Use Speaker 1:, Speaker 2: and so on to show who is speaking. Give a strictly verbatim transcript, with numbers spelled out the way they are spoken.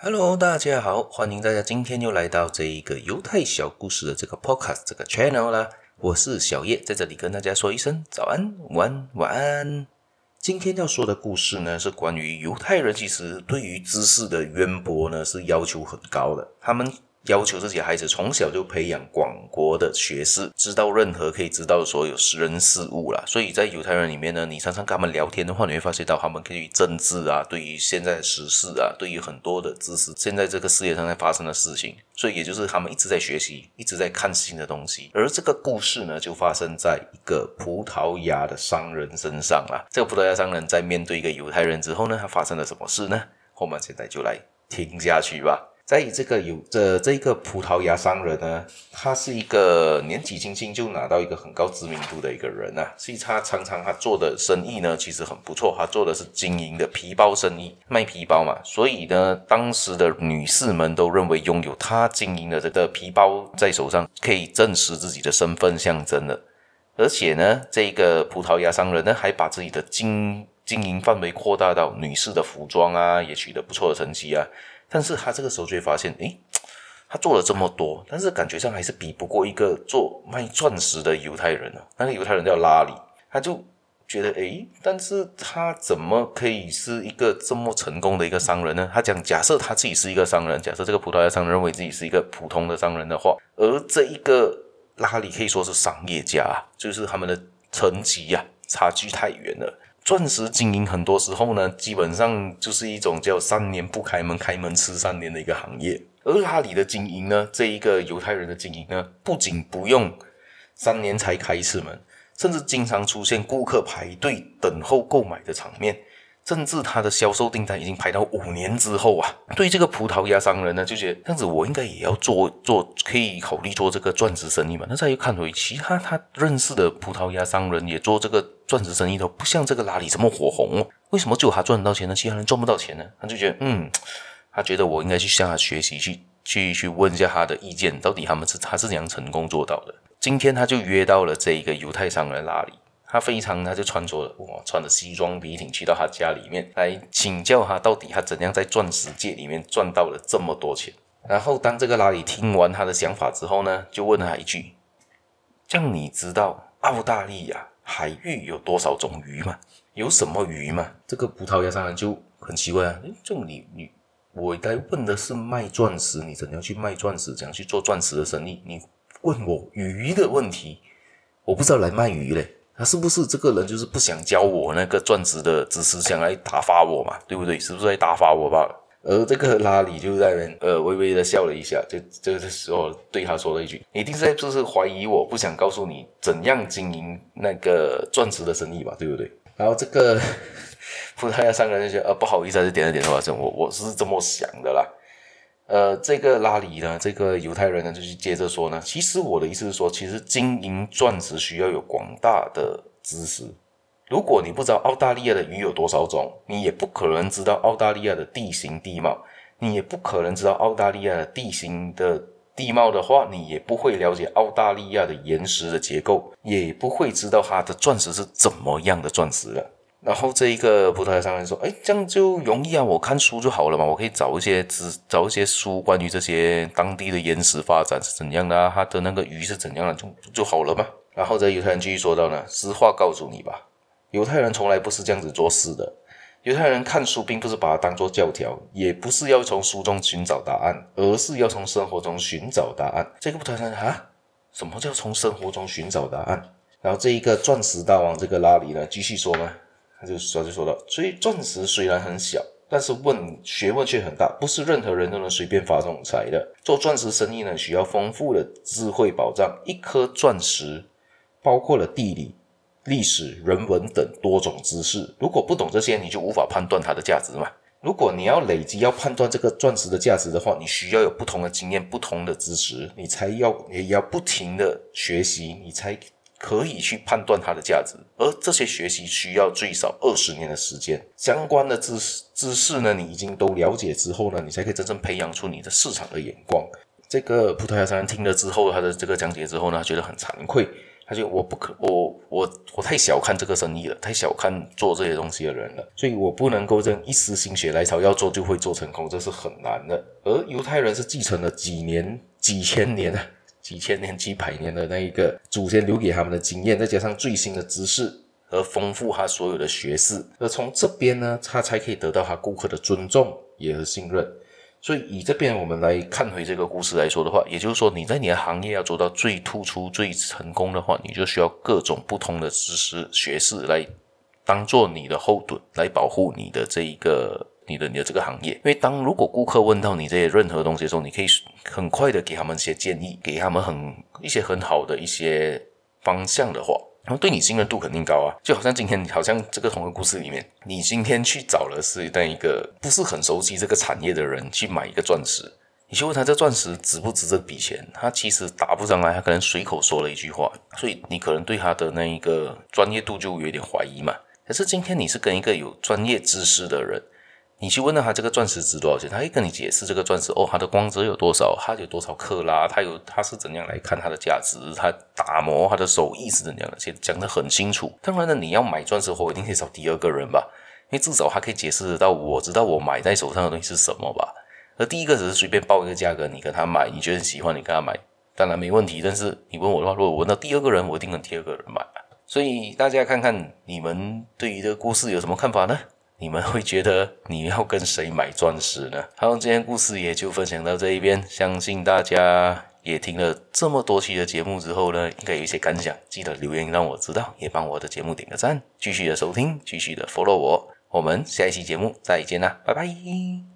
Speaker 1: Hello， 大家好，欢迎大家今天又来到这一个犹太小故事的这个 podcast 这个 channel 啦。我是小叶，在这里跟大家说一声早安、午安、晚安。今天要说的故事呢，是关于犹太人其实对于知识的渊博呢是要求很高的，他们要求自己的孩子从小就培养广博的学识，知道任何可以知道的所有人事物啦。所以在犹太人里面呢，你常常跟他们聊天的话，你会发现到他们对于政治啊，对于现在的时事啊，对于很多的知识，现在这个世界上在发生的事情，所以也就是他们一直在学习，一直在看新的东西。而这个故事呢，就发生在一个葡萄牙的商人身上啦。这个葡萄牙商人在面对一个犹太人之后呢，他发生了什么事呢？我们现在就来听下去吧。在这个有这这个葡萄牙商人呢，他是一个年纪轻轻就拿到一个很高知名度的一个人啊，所以他常常他做的生意呢其实很不错，他做的是经营的皮包生意，卖皮包嘛，所以呢当时的女士们都认为拥有他经营的这个皮包在手上可以证实自己的身份象征的。而且呢这个葡萄牙商人呢还把自己的经经营范围扩大到女士的服装啊，也取得不错的成绩啊。但是他这个时候就会发现，诶，他做了这么多，但是感觉上还是比不过一个做卖钻石的犹太人啊。那个犹太人叫拉里，他就觉得，诶，但是他怎么可以是一个这么成功的一个商人呢？他讲，假设他自己是一个商人，假设这个葡萄牙商人认为自己是一个普通的商人的话，而这一个拉里可以说是商业家啊，就是他们的层级啊差距太远了。钻石经营很多时候呢，基本上就是一种叫三年不开门，开门吃三年的一个行业。而拉里的经营呢，这一个犹太人的经营呢，不仅不用三年才开一次门，甚至经常出现顾客排队等候购买的场面，甚至他的销售订单已经排到五年之后啊。对于这个葡萄牙商人呢，就觉得这样子我应该也要做做，可以考虑做这个钻石生意嘛。那再又看回其他他认识的葡萄牙商人也做这个钻石生意都不像这个拉里这么火红哦，为什么只有他赚得到钱呢？其他人赚不到钱呢？他就觉得嗯，他觉得我应该去向他学习，去去去问一下他的意见，到底他们是他是怎样成功做到的。今天他就约到了这一个犹太商人拉里，他非常他就穿着了哇，穿着西装笔挺去到他家里面来请教他到底他怎样在钻石界里面赚到了这么多钱。然后当这个拉里听完他的想法之后呢，就问他一句，这样你知道澳大利亚海域有多少种鱼吗？有什么鱼吗？这个葡萄牙商人就很奇怪啊，这种你你我该问的是卖钻石，你怎样去卖钻石，怎样去做钻石的生意，你问我鱼的问题，我不知道来卖鱼嘞。他是不是这个人就是不想教我那个钻石的知识，想来打发我嘛，对不对？是不是来打发我罢了？而这个拉里就在那边呃微微的笑了一下，就这个时候对他说了一句，你一定是在就是怀疑我不想告诉你怎样经营那个钻石的生意吧，对不对？然后这个葡萄牙商人就觉得呃不好意思，还是点了点头，我我是这么想的啦。呃，这个拉里呢，这个犹太人呢，就是接着说呢，其实我的意思是说，其实经营钻石需要有广大的知识。如果你不知道澳大利亚的鱼有多少种，你也不可能知道澳大利亚的地形地貌，你也不可能知道澳大利亚的地形的地貌的话，你也不会了解澳大利亚的岩石的结构，也不会知道它的钻石是怎么样的钻石的。然后这一个葡萄牙商人说，诶，这样就容易啊，我看书就好了嘛，我可以找一些找一些书关于这些当地的岩石发展是怎样的啊，它的那个鱼是怎样的，就就好了嘛。然后这犹太人继续说到呢，实话告诉你吧，犹太人从来不是这样子做事的。犹太人看书并不是把它当作教条，也不是要从书中寻找答案，而是要从生活中寻找答案。这个葡萄牙商人啊，什么叫从生活中寻找答案？然后这一个钻石大王这个拉里呢，继续说呢，他就说就说到，所以钻石虽然很小，但是问学问却很大，不是任何人都能随便发这种财的。做钻石生意呢，需要丰富的智慧保障。一颗钻石包括了地理、历史、人文等多种知识，如果不懂这些，你就无法判断它的价值嘛。如果你要累积要判断这个钻石的价值的话，你需要有不同的经验、不同的知识，你才要也要不停的学习，你才可以去判断它的价值。而这些学习需要最少二十年的时间，相关的知识知识呢，你已经都了解之后呢，你才可以真正培养出你的市场的眼光。这个葡萄牙商人听了之后，他的这个讲解之后呢，他觉得很惭愧， 他就我不可我我我太小看这个生意了，太小看做这些东西的人了，所以我不能够这样一时心血来潮要做就会做成功，这是很难的。而犹太人是继承了几年几千年啊几千年几百年的那一个祖先留给他们的经验，再加上最新的知识而丰富他所有的学识，而从这边呢他才可以得到他顾客的尊重也和信任。所以以这边我们来看回这个故事来说的话，也就是说你在你的行业要做到最突出最成功的话，你就需要各种不同的知识学识来当做你的后盾，来保护你的这一个你的你的这个行业。因为当如果顾客问到你这些任何东西的时候，你可以很快的给他们一些建议，给他们很一些很好的一些方向的话，然后对你信任度肯定高啊。就好像今天好像这个同一个故事里面，你今天去找的是那一个不是很熟悉这个产业的人去买一个钻石，你去问他这钻石值不值这笔钱，他其实答不上来，他可能随口说了一句话，所以你可能对他的那一个专业度就有点怀疑嘛。可是今天你是跟一个有专业知识的人，你去问到他这个钻石值多少钱，他会跟你解释这个钻石哦，它的光泽有多少，它有多少克拉，它有它是怎样来看它的价值，它打磨它的手艺是怎样的，其实讲得很清楚。当然了，你要买钻石的话，我一定可以找第二个人吧，因为至少他可以解释得到，我知道我买在手上的东西是什么吧。而第一个只是随便报一个价格，你跟他买，你觉得喜欢，你跟他买，当然没问题。但是你问我的话，如果我问到第二个人，我一定跟第二个人买。所以大家看看你们对于这个故事有什么看法呢？你们会觉得你要跟谁买钻石呢？好，今天故事也就分享到这一边，相信大家也听了这么多期的节目之后呢，应该有一些感想，记得留言让我知道，也帮我的节目点个赞，继续的收听，继续的 follow 我，我们下一期节目再见啦，拜拜。